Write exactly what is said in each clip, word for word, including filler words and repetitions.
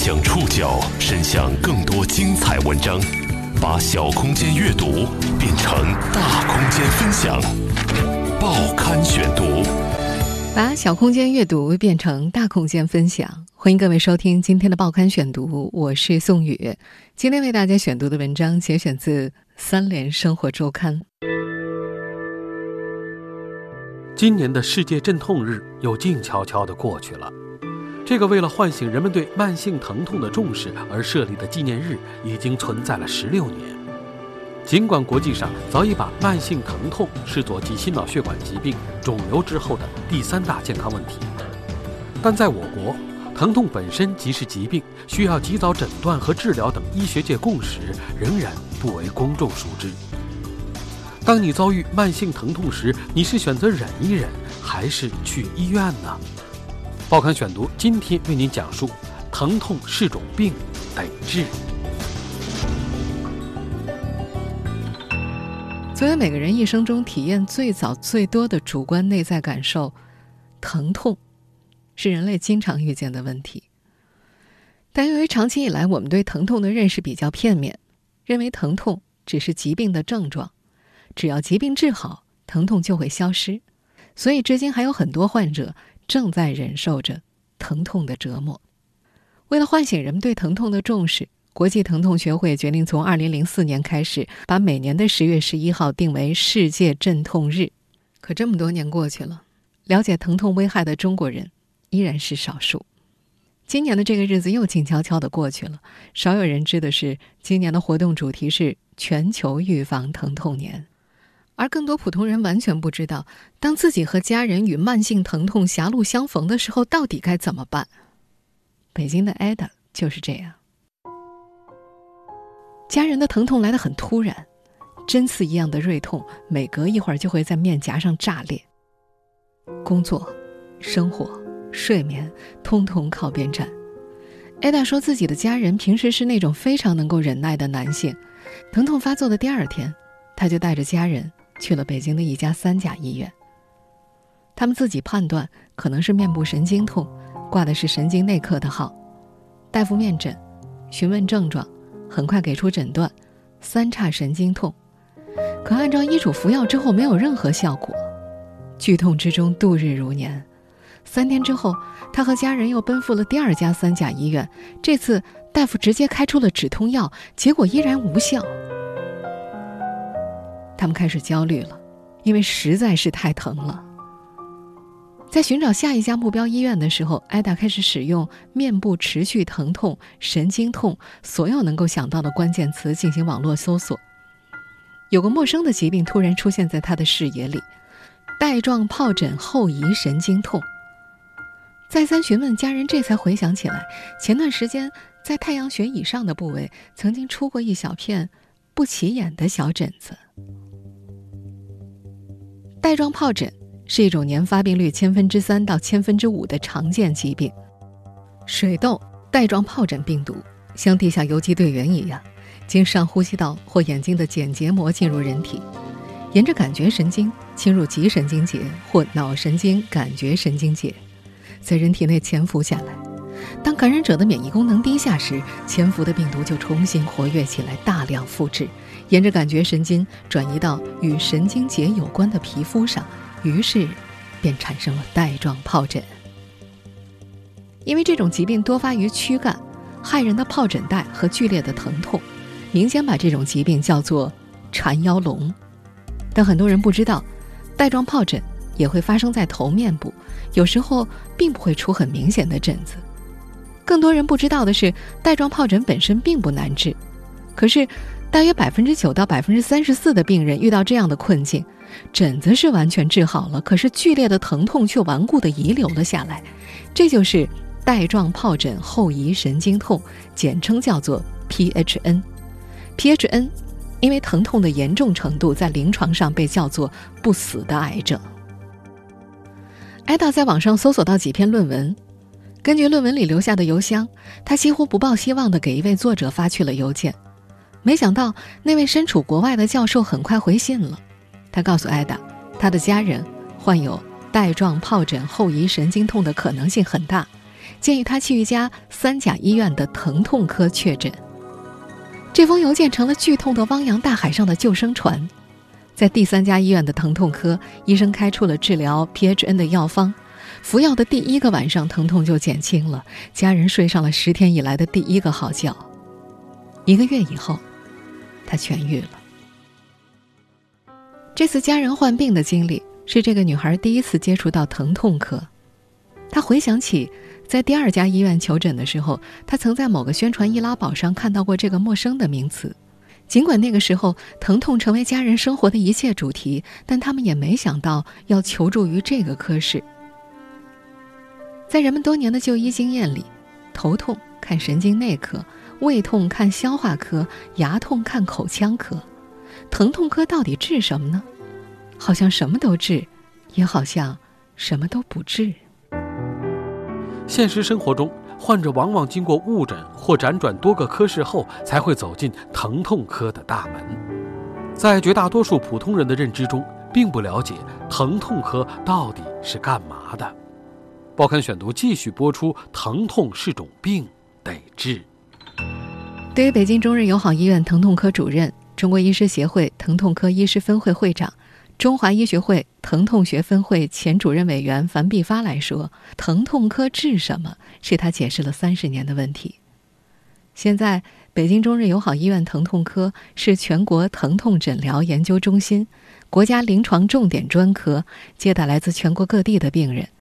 将触角伸向更多精彩文章，把小空间阅读变成大空间分享。报刊选读， 把小空间阅读变成大空间分享。欢迎各位收听今天的报刊选读，我是宋宇。今天为大家选读的文章节选自三联生活周刊。 今年的世界镇痛日又静悄悄地过去了。这个为了唤醒人们对慢性疼痛的重视而设立的纪念日已经存在了十六年。尽管国际上早已把慢性疼痛视作继心脑血管疾病、肿瘤之后的第三大健康问题，但在我国，疼痛本身即是疾病，需要及早诊断和治疗等医学界共识仍然不为公众熟知。当你遭遇慢性疼痛时，你是选择忍一忍，还是去医院呢？报刊选读今天为您讲述：疼痛是种病，得治。 作为每个人一生中体验最早最多的主观内在感受，疼痛是人类经常遇见的问题。但由于长期以来我们对疼痛的认识比较片面，认为疼痛只是疾病的症状，只要疾病治好，疼痛就会消失，所以至今还有很多患者正在忍受着疼痛的折磨。为了唤醒人们对疼痛的重视，国际疼痛学会决定从二零零四年开始，把每年的十月十一号定为世界镇痛日。可这么多年过去了，了解疼痛危害的中国人依然是少数。今年的这个日子又静悄悄地过去了，少有人知的是，今年的活动主题是全球预防疼痛年。而更多普通人完全不知道，当自己和家人与慢性疼痛狭路相逢的时候，到底该怎么办。北京的 Ada 就是这样。家人的疼痛来得很突然，针刺一样的锐痛，每隔一会儿就会在面颊上炸裂。工作、生活、睡眠，通通靠边站。Ada 说自己的家人平时是那种非常能够忍耐的男性，疼痛发作的第二天，他就带着家人去了北京的一家三甲医院。他们自己判断可能是面部神经痛，挂的是神经内科的号。大夫面诊，询问症状，很快给出诊断：三叉神经痛。可按照医嘱服药之后，没有任何效果，剧痛之中度日如年。三天之后，他和家人又奔赴了第二家三甲医院，这次大夫直接开出了止痛药，结果依然无效。他们开始焦虑了，因为实在是太疼了。在寻找下一家目标医院的时候，艾达开始使用面部持续疼痛、神经痛所有能够想到的关键词进行网络搜索。有个陌生的疾病突然出现在他的视野里：带状疱疹后移神经痛。再三询问家人，这才回想起来，前段时间在太阳穴以上的部位曾经出过一小片不起眼的小疹子。带状疱疹是一种年发病率千分之三到千分之五的常见疾病。水痘带状疱疹病毒像地下游击队员一样，经上呼吸道或眼睛的睑结膜进入人体，沿着感觉神经侵入脊神经节或脑神经感觉神经节，在人体内潜伏下来。当感染者的免疫功能低下时，潜伏的病毒就重新活跃起来，大量复制，沿着感觉神经转移到与神经节有关的皮肤上，于是便产生了带状疱疹。因为这种疾病多发于躯干，害人的疱疹带和剧烈的疼痛，民间把这种疾病叫做缠腰龙。但很多人不知道，带状疱疹也会发生在头面部，有时候并不会出很明显的疹子。更多人不知道的是，带状疱疹本身并不难治，可是大约百分之九到百分之三十四的病人遇到这样的困境，疹子是完全治好了，可是剧烈的疼痛却顽固地遗留了下来。这就是带状疱疹后移神经痛，简称叫做 P H N。P H N 因为疼痛的严重程度，在临床上被叫做不死的癌症。艾达在网上搜索到几篇论文，根据论文里留下的邮箱，他几乎不抱希望地给一位作者发去了邮件。没想到那位身处国外的教授很快回信了，他告诉艾达，他的家人患有带状疱疹后移神经痛的可能性很大， 建议他去一家三甲医院的疼痛科确诊。这封邮件成了剧痛的汪洋大海上的救生船。在第三家医院的疼痛科，医生开出了治疗 P H N 的药方，服药的第一个晚上疼痛就减轻了，家人睡上了十天以来的第一个好觉。一个月以后，他痊愈了。这次家人患病的经历是这个女孩第一次接触到疼痛科。她回想起在第二家医院求诊的时候，她曾在某个宣传易拉宝上看到过这个陌生的名词。尽管那个时候疼痛成为家人生活的一切主题，但他们也没想到要求助于这个科室。在人们多年的就医经验里，头痛看神经内科，胃痛看消化科，牙痛看口腔科，疼痛科到底治什么呢？好像什么都治，也好像什么都不治。 现实生活中，患者往往经过误诊或辗转多个科室后，才会走进疼痛科的大门。在绝大多数普通人的认知中，并不了解疼痛科到底是干嘛的。报刊选读继续播出：疼痛是种病，得治。 对于北京中日友好医院疼痛科主任、中国医师协会疼痛科医师分会会长、中华医学会疼痛学分会前主任委员樊碧发来说，疼痛科治什么是他解释了三十年的问题。现在北京中日友好医院疼痛科是全国疼痛诊疗研究中心，国家临床重点专科，接待来自全国各地的病人。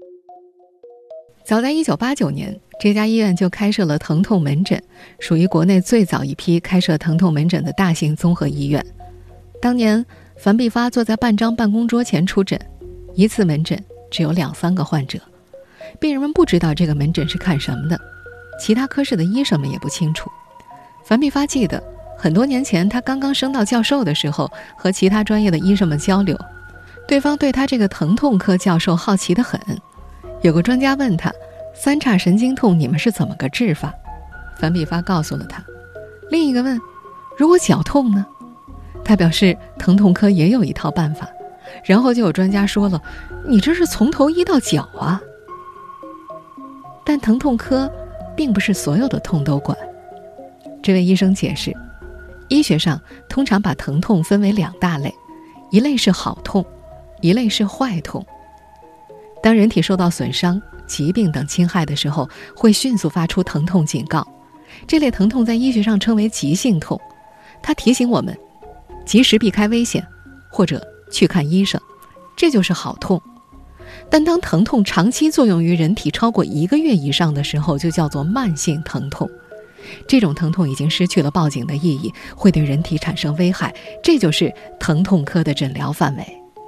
早在一九八九年，这家医院就开设了疼痛门诊，属于国内最早一批开设疼痛门诊的大型综合医院。当年樊碧发坐在半张办公桌前出诊，一次门诊只有两三个患者，病人们不知道这个门诊是看什么的，其他科室的医生们也不清楚。樊碧发记得，很多年前他刚刚升到教授的时候，和其他专业的医生们交流，对方对他这个疼痛科教授好奇得很。有个专家问他，三叉神经痛你们是怎么个治法？樊碧发告诉了他。另一个问，如果脚痛呢？他表示疼痛科也有一套办法。然后就有专家说了，你这是从头医到脚啊。但疼痛科并不是所有的痛都管。这位医生解释，医学上通常把疼痛分为两大类，一类是好痛，一类是坏痛。当人体受到损伤、疾病等侵害的时候，会迅速发出疼痛警告。这类疼痛在医学上称为急性痛，它提醒我们及时避开危险，或者去看医生，这就是好痛。但当疼痛长期作用于人体超过一个月以上的时候，就叫做慢性疼痛。这种疼痛已经失去了报警的意义，会对人体产生危害，这就是疼痛科的诊疗范围。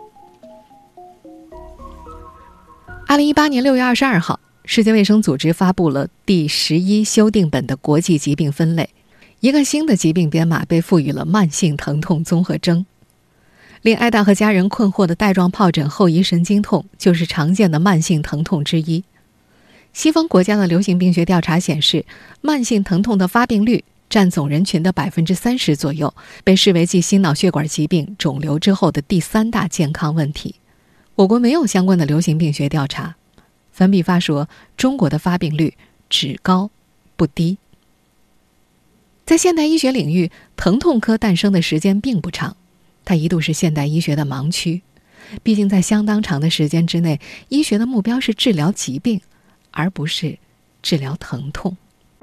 二零一八年六月二十二号，世界卫生组织发布了第十一修订本的国际疾病分类，一个新的疾病编码被赋予了慢性疼痛综合征。令艾达和家人困惑的带状疱疹后遗神经痛就是常见的慢性疼痛之一。西方国家的流行病学调查显示，慢性疼痛的发病率占总人群的 百分之三十 左右，被视为继心脑血管疾病、肿瘤之后的第三大健康问题。我国没有相关的流行病学调查。樊碧发说，中国的发病率只高不低。在现代医学领域，疼痛科诞生的时间并不长，它一度是现代医学的盲区。毕竟在相当长的时间之内，医学的目标是治疗疾病，而不是治疗疼痛。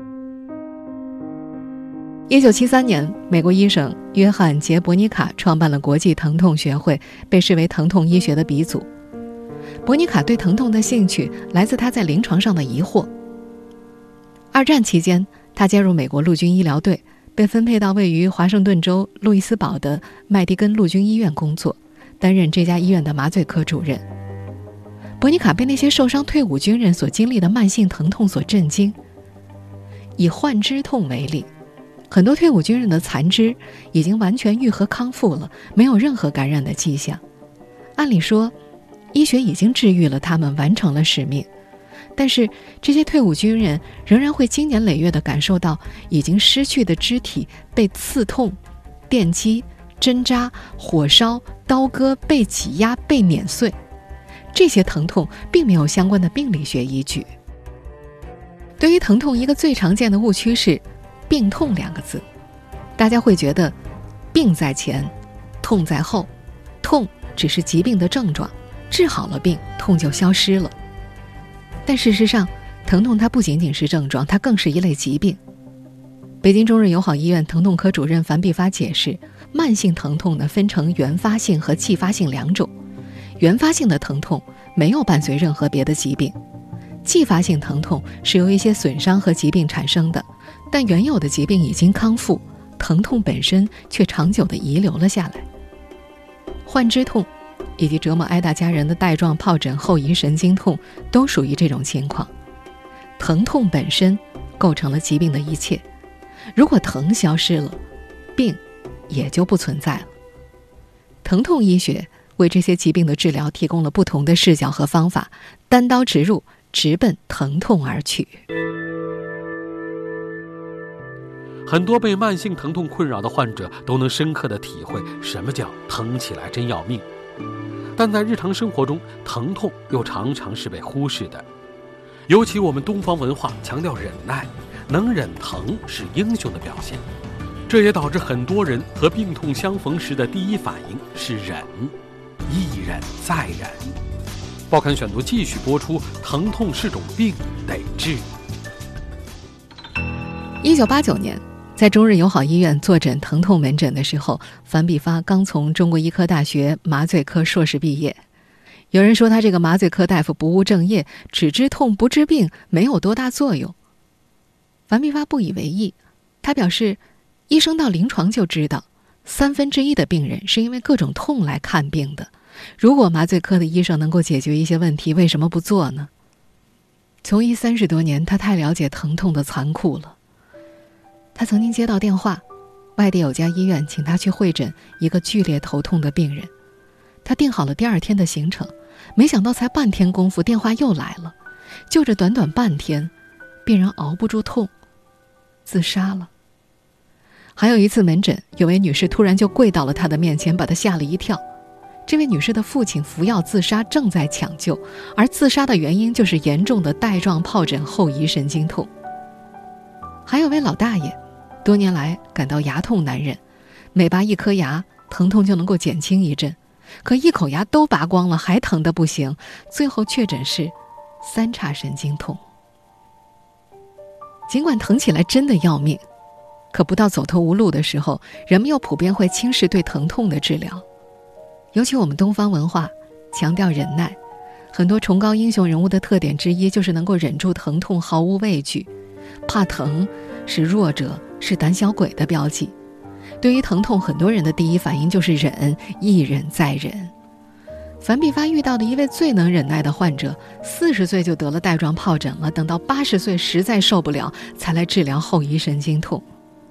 一九七三年，美国医生约翰·杰伯尼卡创办了国际疼痛学会，被视为疼痛医学的鼻祖。伯尼卡对疼痛的兴趣来自他在临床上的疑惑。二战期间，他加入美国陆军医疗队，被分配到位于华盛顿州路易斯堡的麦迪根陆军医院工作，担任这家医院的麻醉科主任。伯尼卡被那些受伤退伍军人所经历的慢性疼痛所震惊。以患肢痛为例，很多退伍军人的残肢已经完全愈合康复了，没有任何感染的迹象。按理说，医学已经治愈了他们，完成了使命。但是这些退伍军人仍然会经年累月地感受到已经失去的肢体被刺痛、电击、针扎、火烧、刀割、被挤压、被碾碎。这些疼痛并没有相关的病理学依据。 对于疼痛，一个最常见的误区是病痛两个字，大家会觉得病在前，痛在后，痛只是疾病的症状，治好了病，痛就消失了。但事实上，疼痛它不仅仅是症状，它更是一类疾病。北京中日友好医院疼痛科主任樊碧发解释，慢性疼痛呢分成原发性和继发性两种。原发性的疼痛没有伴随任何别的疾病，继发性疼痛是由一些损伤和疾病产生的，但原有的疾病已经康复，疼痛本身却长久地遗留了下来。幻肢痛以及折磨挨大家人的带状疱疹后遗神经痛都属于这种情况。疼痛本身构成了疾病的一切，如果疼消失了，病也就不存在了。疼痛医学为这些疾病的治疗提供了不同的视角和方法，单刀直入，直奔疼痛而去。 很多被慢性疼痛困扰的患者都能深刻地体会什么叫疼起来真要命，但在日常生活中，疼痛又常常是被忽视的。尤其我们东方文化强调忍耐，能忍疼是英雄的表现，这也导致很多人和病痛相逢时的第一反应是忍，一忍再忍。报刊选读继续播出，疼痛是种病，得治。 一九八九年，在中日友好医院坐诊疼痛门诊的时候，樊碧发刚从中国医科大学麻醉科硕士毕业。有人说他这个麻醉科大夫不务正业，只治痛不治病，没有多大作用。樊碧发不以为意，他表示，医生到临床就知道，三分之一的病人是因为各种痛来看病的。如果麻醉科的医生能够解决一些问题，为什么不做呢？从医三十多年，他太了解疼痛的残酷了。他曾经接到电话，外地有家医院请他去会诊一个剧烈头痛的病人。他定好了第二天的行程，没想到才半天功夫，电话又来了。就这短短半天，病人熬不住痛，自杀了。还有一次门诊，有位女士突然就跪到了他的面前，把他吓了一跳。这位女士的父亲服药自杀，正在抢救，而自杀的原因就是严重的带状疱疹后遗神经痛。还有位老大爷，多年来感到牙痛难忍，每拔一颗牙，疼痛就能够减轻一阵，可一口牙都拔光了，还疼得不行，最后确诊是三叉神经痛。尽管疼起来真的要命，可不到走投无路的时候，人们又普遍会轻视对疼痛的治疗。尤其我们东方文化强调忍耐，很多崇高英雄人物的特点之一就是能够忍住疼痛，毫无畏惧。怕疼是弱者，是胆小鬼的标记。对于疼痛，很多人的第一反应就是忍，一忍再忍。樊碧发遇到的一位最能忍耐的患者，四十岁就得了带状疱疹了，等到八十岁实在受不了，才来治疗后遗神经痛。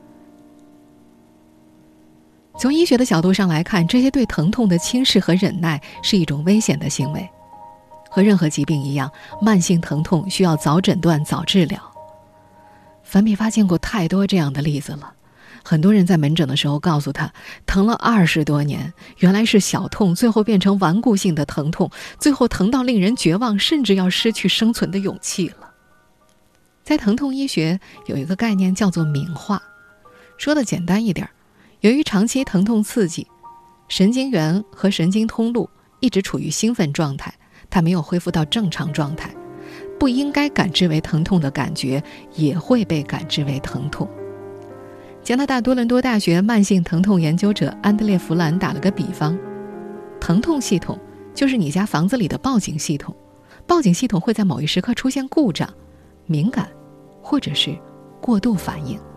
从医学的角度上来看，这些对疼痛的轻视和忍耐是一种危险的行为。和任何疾病一样，慢性疼痛需要早诊断、早治疗。樊碧发见过太多这样的例子了。很多人在门诊的时候告诉他，疼了二十多年，原来是小痛，最后变成顽固性的疼痛，最后疼到令人绝望，甚至要失去生存的勇气了。在疼痛医学有一个概念叫做敏化，说的简单一点，由于长期疼痛刺激，神经元和神经通路一直处于兴奋状态，它没有恢复到正常状态，不应该感知为疼痛的感觉也会被感知为疼痛。加拿大多伦多大学慢性疼痛研究者安德烈·弗兰打了个比方，疼痛系统就是你家房子里的报警系统，报警系统会在某一时刻出现故障、敏感或者是过度反应。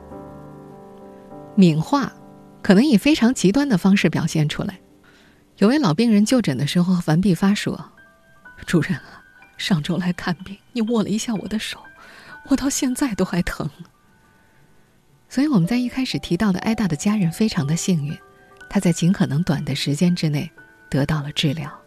敏化可能以非常极端的方式表现出来。有位老病人就诊的时候和樊碧发说，主任啊，上周来看病，你握了一下我的手，我到现在都还疼。所以我们在一开始提到的挨大的家人非常的幸运，他在尽可能短的时间之内得到了治疗。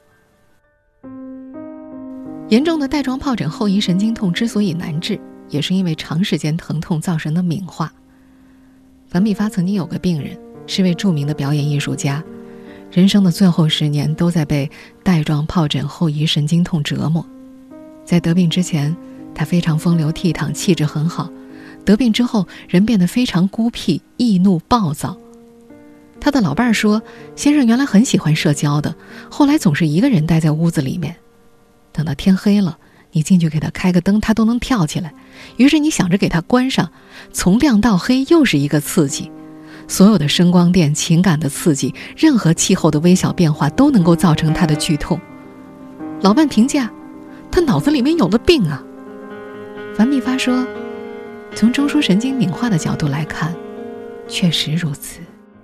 严重的带状疱疹后遗神经痛之所以难治，也是因为长时间疼痛造成的敏化。樊碧发曾经有个病人是位著名的表演艺术家，人生的最后十年都在被带状疱疹后遗神经痛折磨。在得病之前， 他非常风流倜傥，气质很好。得病之后，人变得非常孤僻、易怒、暴躁。他的老伴儿说，先生原来很喜欢社交的，后来总是一个人待在屋子里面。等到天黑了，你进去给他开个灯，他都能跳起来。于是你想着给他关上，从亮到黑又是一个刺激。所有的声光电、情感的刺激，任何气候的微小变化都能够造成他的剧痛。老伴评价，他脑子里面有了病啊。樊碧发说，从中枢神经敏化的角度来看，确实如此。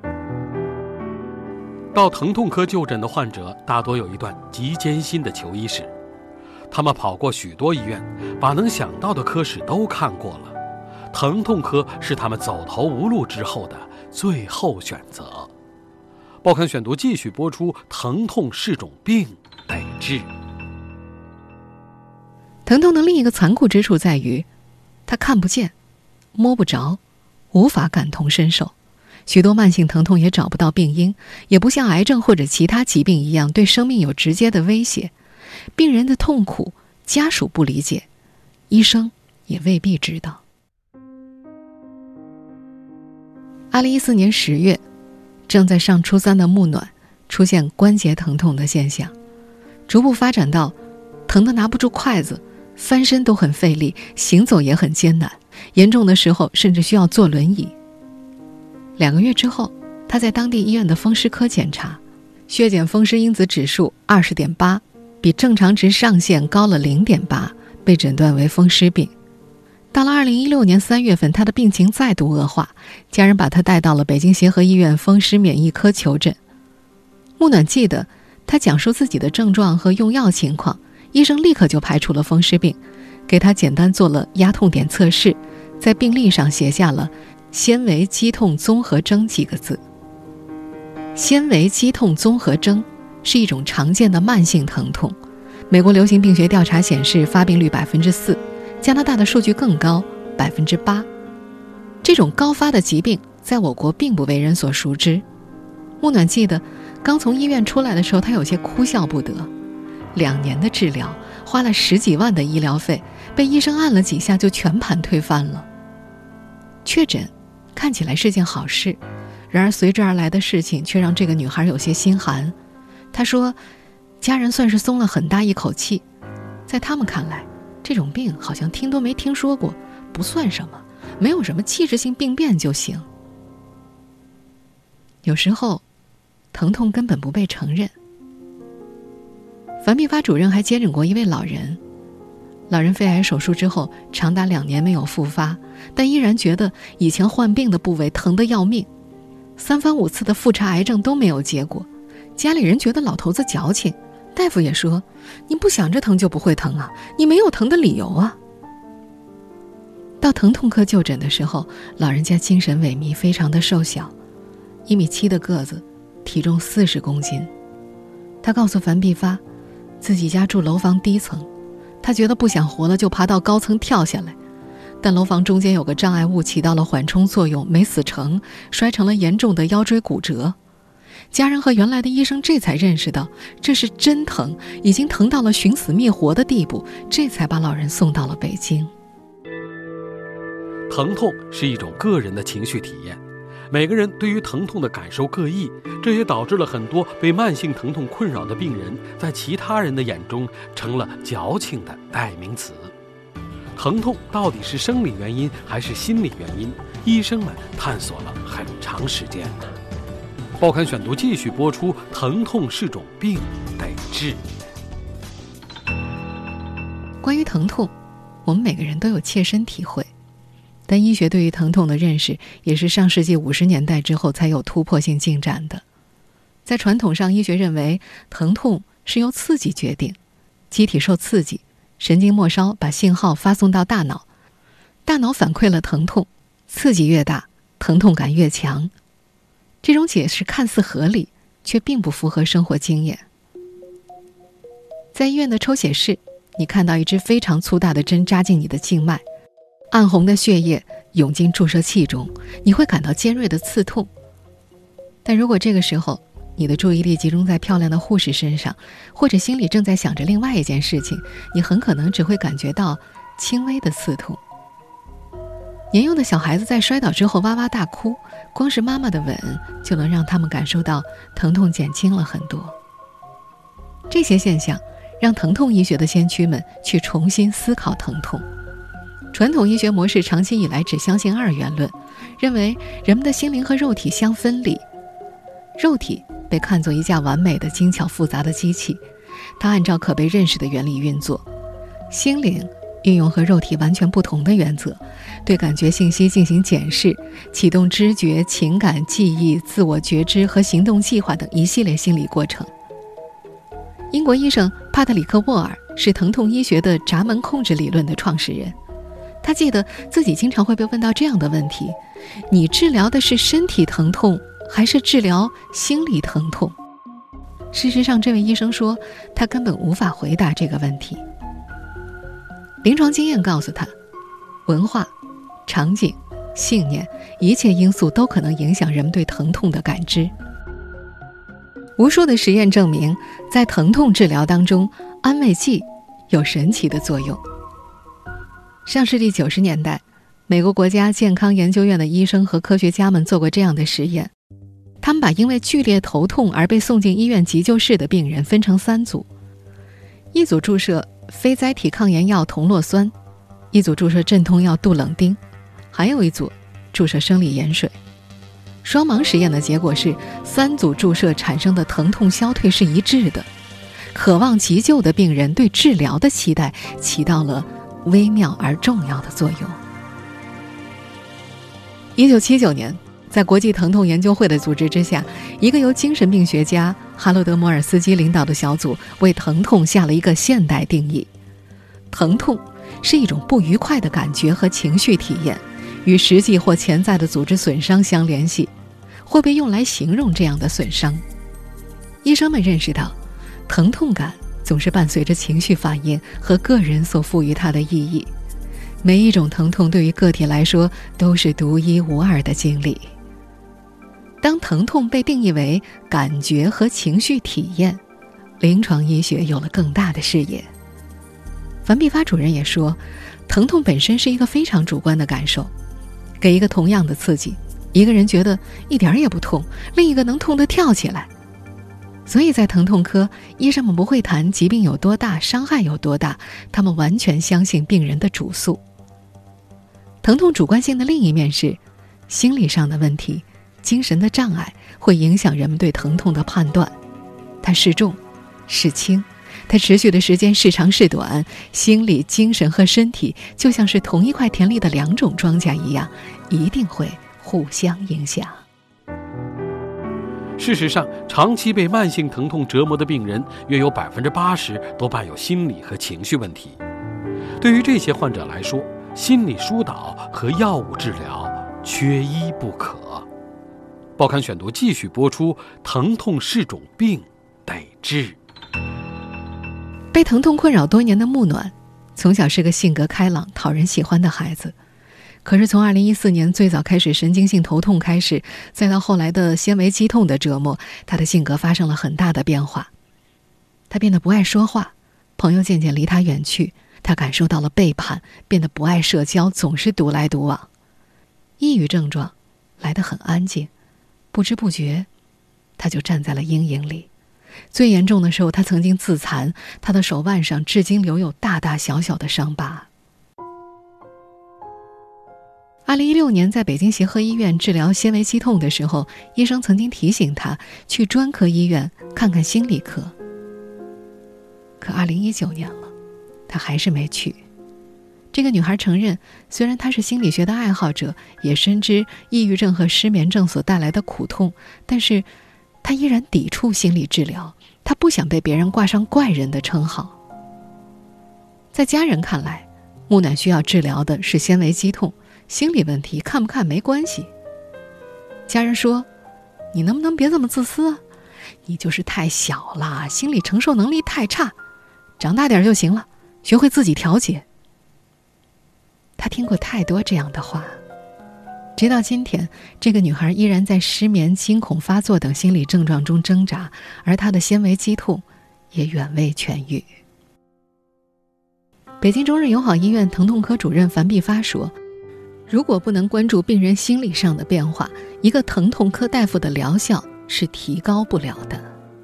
到疼痛科就诊的患者大多有一段极艰辛的求医史，他们跑过许多医院，把能想到的科室都看过了，疼痛科是他们走投无路之后的最后选择。报刊选读继续播出，疼痛是种病，得治。 疼痛的另一个残酷之处在于，它看不见，摸不着，无法感同身受。许多慢性疼痛也找不到病因，也不像癌症或者其他疾病一样对生命有直接的威胁。病人的痛苦，家属不理解，医生也未必知道。二零一四年十月，正在上初三的木暖出现关节疼痛的现象，逐步发展到疼得拿不住筷子，翻身都很费力，行走也很艰难，严重的时候甚至需要坐轮椅。两个月之后，他在当地医院的风湿科检查，血检风湿因子指数 二十点八， 比正常值上限高了 零点八， 被诊断为风湿病。到了二零一六年三月份，他的病情再度恶化，家人把他带到了北京协和医院风湿免疫科求诊。木暖记得，他讲述自己的症状和用药情况，医生立刻就排除了风湿病，给他简单做了压痛点测试，在病历上写下了纤维肌痛综合征几个字。纤维肌痛综合征是一种常见的慢性疼痛，美国流行病学调查显示发病率 百分之四， 加拿大的数据更高 百分之八。 这种高发的疾病在我国并不为人所熟知。木暖记得，刚从医院出来的时候，他有些哭笑不得。两年的治疗，花了十几万的医疗费，被医生按了几下就全盘推翻了。确诊看起来是件好事，然而随之而来的事情却让这个女孩有些心寒。她说，家人算是松了很大一口气，在他们看来，这种病好像听都没听说过，不算什么，没有什么器质性病变就行。有时候疼痛根本不被承认。樊碧发主任还接诊过一位老人，老人肺癌手术之后长达两年没有复发，但依然觉得以前患病的部位疼得要命，三番五次的复查癌症都没有结果。家里人觉得老头子矫情，大夫也说，你不想着疼就不会疼啊，你没有疼的理由啊。到疼痛科就诊的时候，老人家精神萎靡，非常的瘦小，一米七的个子，体重四十公斤。他告诉樊碧发，自己家住楼房低层，他觉得不想活了，就爬到高层跳下来，但楼房中间有个障碍物起到了缓冲作用，没死成，摔成了严重的腰椎骨折。家人和原来的医生这才认识到，这是真疼，已经疼到了寻死灭活的地步，这才把老人送到了北京。 疼痛是一种个人的情绪体验，每个人对于疼痛的感受各异，这也导致了很多被慢性疼痛困扰的病人在其他人的眼中成了矫情的代名词。疼痛到底是生理原因还是心理原因，医生们探索了很长时间。报刊选读继续播出，疼痛是种病，得治。 关于疼痛，我们每个人都有切身体会，但医学对于疼痛的认识也是上世纪五十年代之后才有突破性进展的。在传统上，医学认为疼痛是由刺激决定，机体受刺激，神经末梢把信号发送到大脑，大脑反馈了疼痛，刺激越大，疼痛感越强。这种解释看似合理，却并不符合生活经验。在医院的抽血室，你看到一支非常粗大的针扎进你的静脉，暗红的血液涌进注射器中，你会感到尖锐的刺痛。但如果这个时候你的注意力集中在漂亮的护士身上，或者心里正在想着另外一件事情，你很可能只会感觉到轻微的刺痛。年幼的小孩子在摔倒之后哇哇大哭，光是妈妈的吻就能让他们感受到疼痛减轻了很多。这些现象让疼痛医学的先驱们去重新思考疼痛。传统医学模式长期以来只相信二元论，认为人们的心灵和肉体相分离。肉体被看作一架完美的精巧复杂的机器，它按照可被认识的原理运作。心灵运用和肉体完全不同的原则，对感觉信息进行检视，启动知觉、情感、记忆、自我觉知和行动计划等一系列心理过程。英国医生帕特里克·沃尔是疼痛医学的闸门控制理论的创始人。他记得自己经常会被问到这样的问题：你治疗的是身体疼痛，还是治疗心理疼痛？事实上，这位医生说，他根本无法回答这个问题。临床经验告诉他，文化、场景、信念，一切因素都可能影响人们对疼痛的感知。无数的实验证明，在疼痛治疗当中，安慰剂有神奇的作用。上世纪九十年代，美国国家健康研究院的医生和科学家们做过这样的实验。他们把因为剧烈头痛而被送进医院急救室的病人分成三组，一组注射非甾体抗炎药酮洛酸，一组注射镇痛药杜冷丁，还有一组注射生理盐水。双盲实验的结果是，三组注射产生的疼痛消退是一致的。渴望急救的病人对治疗的期待起到了微妙而重要的作用。一九七九年，在国际疼痛研究会的组织之下，一个由精神病学家哈罗德·摩尔斯基领导的小组为疼痛下了一个现代定义：疼痛是一种不愉快的感觉和情绪体验，与实际或潜在的组织损伤相联系，会被用来形容这样的损伤。医生们认识到，疼痛感总是伴随着情绪反应和个人所赋予它的意义。每一种疼痛对于个体来说都是独一无二的经历。当疼痛被定义为感觉和情绪体验，临床医学有了更大的视野。樊碧发主任也说，疼痛本身是一个非常主观的感受。给一个同样的刺激，一个人觉得一点也不痛，另一个能痛得跳起来。所以在疼痛科，医生们不会谈疾病有多大，伤害有多大，他们完全相信病人的主诉。疼痛主观性的另一面是，心理上的问题、精神的障碍会影响人们对疼痛的判断。它是重是轻，它持续的时间是长是短，心理、精神和身体就像是同一块田里的两种庄稼一样，一定会互相影响。 事实上，长期被慢性疼痛折磨的病人约有百分之八十都伴有心理和情绪问题。对于这些患者来说，心理疏导和药物治疗缺一不可。报刊选读继续播出：疼痛是种病，得治。 被疼痛困扰多年的木暖，从小是个性格开朗、讨人喜欢的孩子。可是从二零一四年最早开始神经性头痛开始，再到后来的纤维肌痛的折磨，他的性格发生了很大的变化。他变得不爱说话，朋友渐渐离他远去，他感受到了背叛，变得不爱社交，总是独来独往。抑郁症状来得很安静，不知不觉他就站在了阴影里。最严重的时候，他曾经自残，他的手腕上至今留有大大小小的伤疤。二零一六年在北京协和医院治疗纤维肌痛的时候，医生曾经提醒他去专科医院看看心理科。可二零一九年了，他还是没去。这个女孩承认，虽然她是心理学的爱好者，也深知抑郁症和失眠症所带来的苦痛，但是她依然抵触心理治疗，她不想被别人挂上怪人的称号。在家人看来，木暖需要治疗的是纤维肌痛，心理问题看不看没关系。家人说，你能不能别这么自私啊？你就是太小了，心理承受能力太差，长大点就行了，学会自己调节。他听过太多这样的话，直到今天，这个女孩依然在失眠、惊恐发作等心理症状中挣扎，而她的纤维肌痛也远未痊愈。 北京中日友好医院疼痛科主任樊碧发说，如果不能关注病人心理上的变化，一个疼痛科大夫的疗效是提高不了的。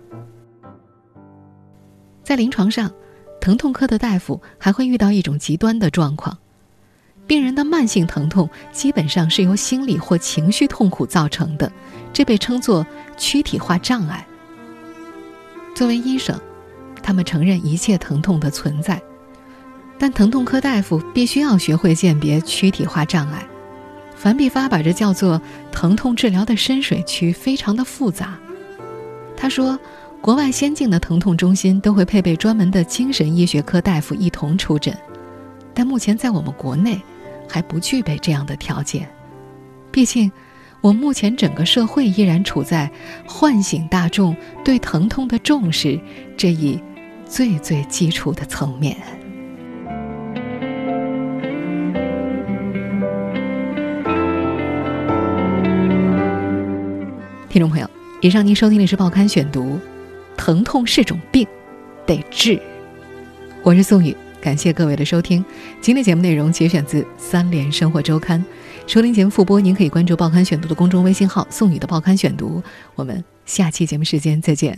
在临床上，疼痛科的大夫还会遇到一种极端的状况，病人的慢性疼痛基本上是由心理或情绪痛苦造成的，这被称作躯体化障碍。作为医生，他们承认一切疼痛的存在，但疼痛科大夫必须要学会鉴别躯体化障碍。樊碧发把这叫做疼痛治疗的深水区，非常的复杂。他说，国外先进的疼痛中心都会配备专门的精神医学科大夫一同出诊，但目前在我们国内还不具备这样的条件。毕竟我目前整个社会依然处在唤醒大众对疼痛的重视这一最最基础的层面。听众朋友，以上您收听的是报刊选读，疼痛是种病，得治。我是宋宇，感谢各位的收听。今天节目内容节选自三联生活周刊。收听节目复播，您可以关注报刊选读的公众微信号宋宇的报刊选读。我们下期节目时间再见。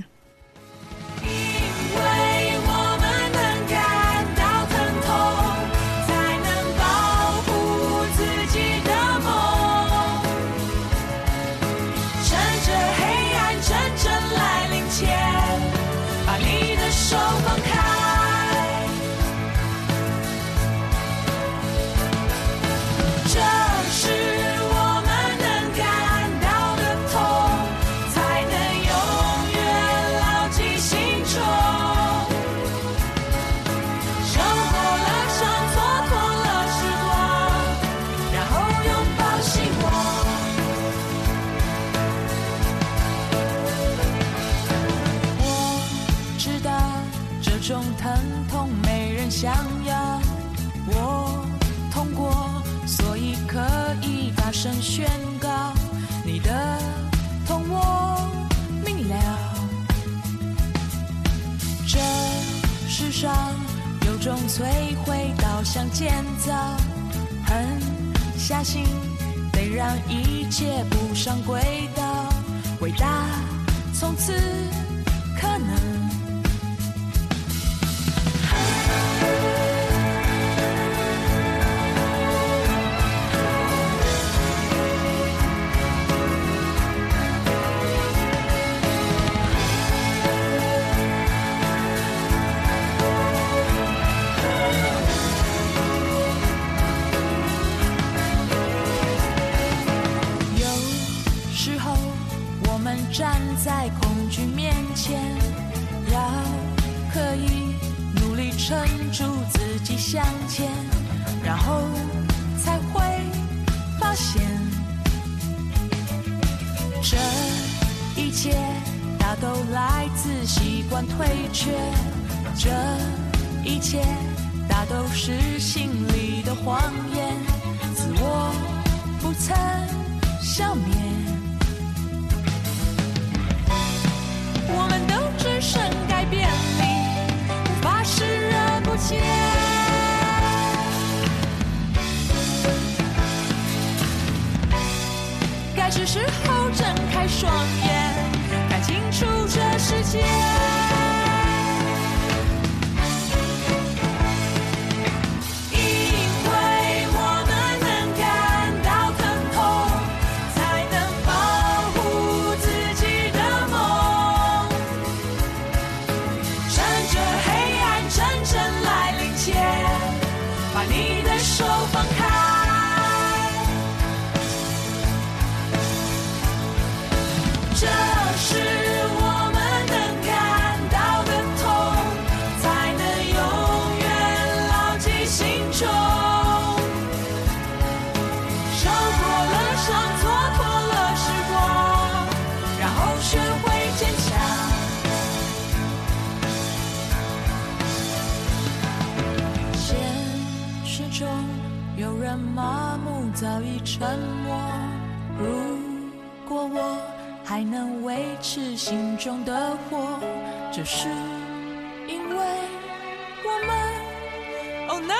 这种疼痛没人想要，我痛过，所以可以大声宣告，你的痛我明了。这世上有种摧毁导向建造，狠下心得让一切步上轨道，伟大从此可能。站在恐惧面前，要可以努力撑住自己向前，然后才会发现，这一切大都来自习惯退却，这一切大都是心里的谎言，自我不曾消灭。我们都只剩改变力，无法视而不见。该是时候睁开双眼，看清楚这世界。把你的手放开，这是我们能感到的痛，才能永远牢记心中。受过了伤，蹉跎了时光，然后学会坚强。有人麻木，早已沉默。如果我还能维持心中的火，这是因为我们哦那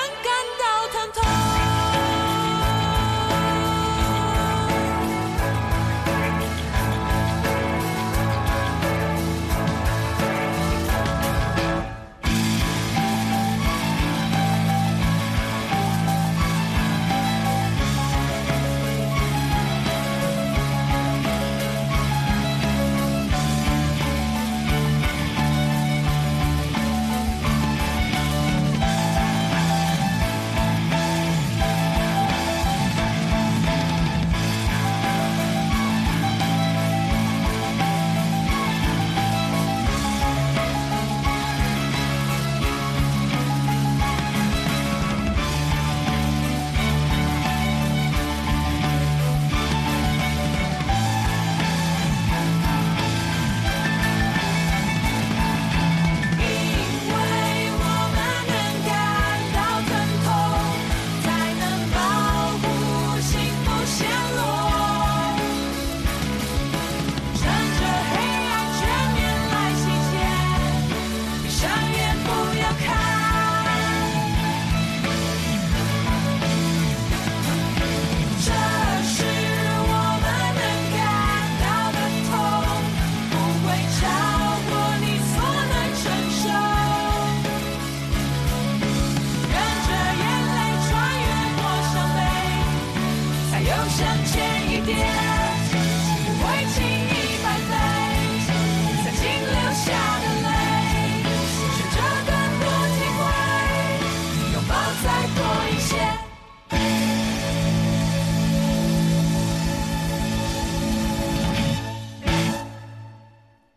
点。